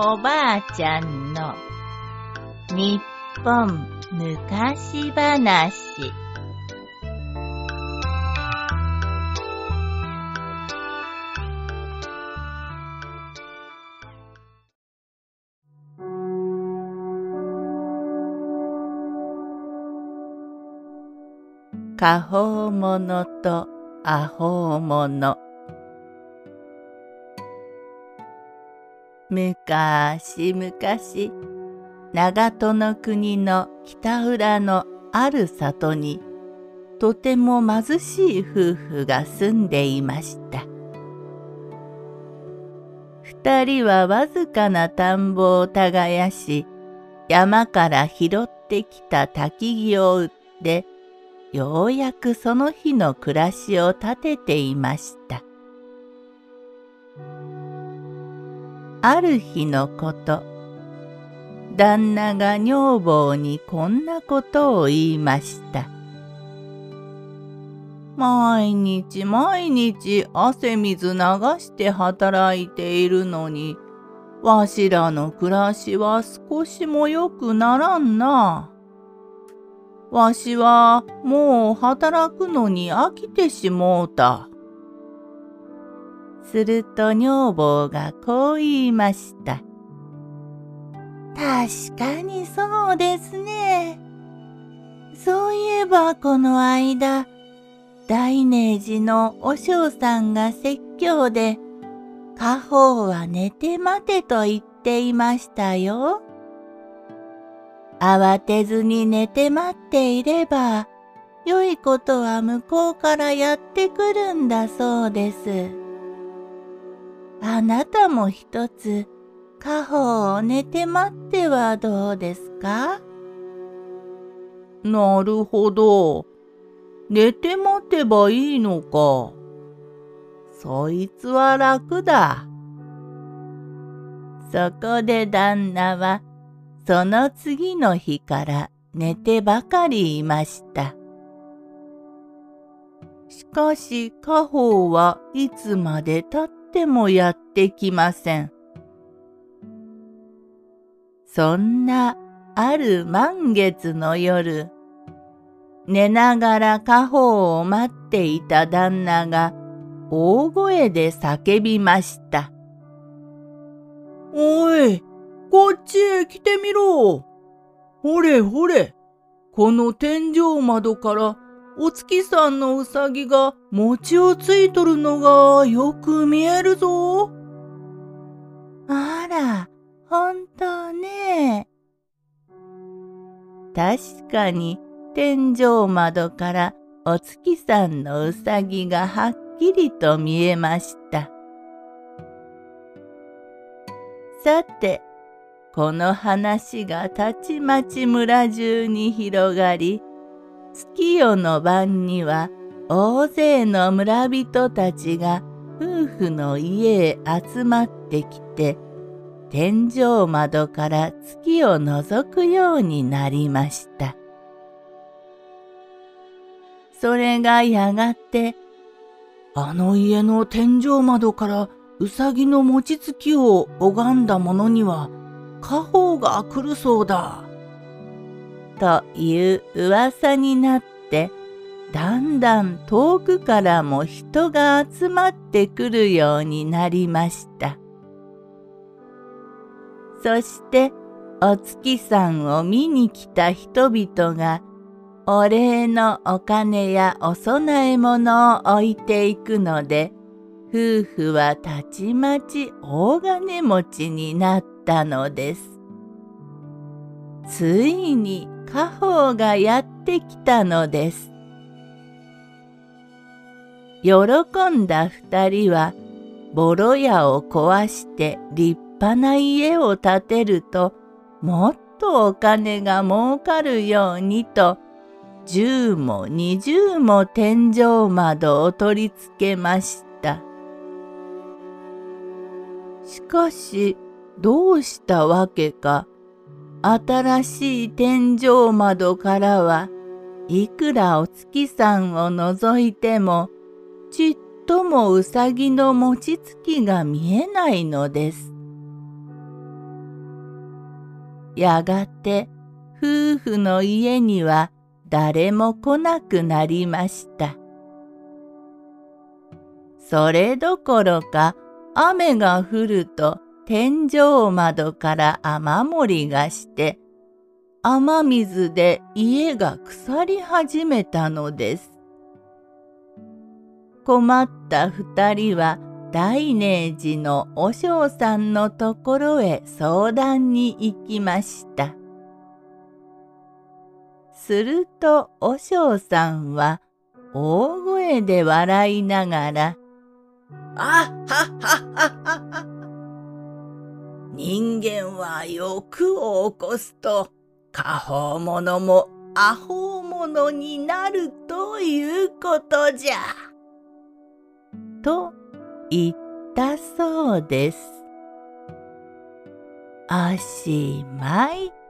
おばあちゃんの日本昔話。果報者とアホ者。むかしむかし、長門国の北浦のある里に、とても貧しい夫婦が住んでいました。二人はわずかな田んぼを耕し、山から拾ってきた焚き木を売って、ようやくその日の暮らしを立てていました。ある日のこと、旦那が女房にこんなことを言いました。毎日毎日汗水流して働いているのに、わしらの暮らしは少しも良くならんな。わしはもう働くのに飽きてしもうた。すると女房がこう言いました。確かにそうですね。そういえばこの間、大寧寺の和尚さんが説教で、家宝は寝て待てと言っていましたよ。慌てずに寝て待っていれば、良いことは向こうからやってくるんだそうです。あなたも一つ、家宝を寝て待ってはどうですか？なるほど。寝て待てばいいのか。そいつは楽だ。そこで旦那は、その次の日から寝てばかりいました。しかし家宝はいつまでたってもやってきません。そんなある満月の夜、寝ながら家宝を待っていた旦那が大声で叫びました。おい、こっちへ来てみろ。ほれほれ、この天井窓からお月さんのうさぎが餅をついとるのがよく見えるぞ。あら、ほんとね。確かに天井窓からお月さんのうさぎがはっきりと見えました。さて、この話がたちまち村中に広がり、月夜の晩には大勢の村人たちが夫婦の家へ集まってきて、天井窓から月を覗くようになりました。それがやがて、あの家の天井窓からうさぎの餅つきを拝んだ者には家宝が来るそうだ。という噂になって、だんだん遠くからも人が集まってくるようになりました。そしてお月さんを見に来た人々がお礼のお金やお供え物を置いていくので、夫婦はたちまち大金持ちになったのです。ついに家宝がやってきたのです。喜んだ二人は、ボロ屋を壊して立派な家を建てると、もっとお金が儲かるようにと、10も20も天井窓を取り付けました。しかし、どうしたわけか、新しい天井窓からはいくらお月さんを覗いても、ちっともうさぎの餅つきが見えないのです。 やがて夫婦の家には誰も来なくなりました。それどころか雨が降ると天井窓から雨漏りがして雨水で家が腐り始めたのです。困った二人は大寧寺の和尚さんのところへ相談に行きました。すると和尚さんは大声で笑いながら、あっはっはっはっは。人間は欲を起こすと、果報者もアホ者になるということじゃ。と言ったそうです。おしまい。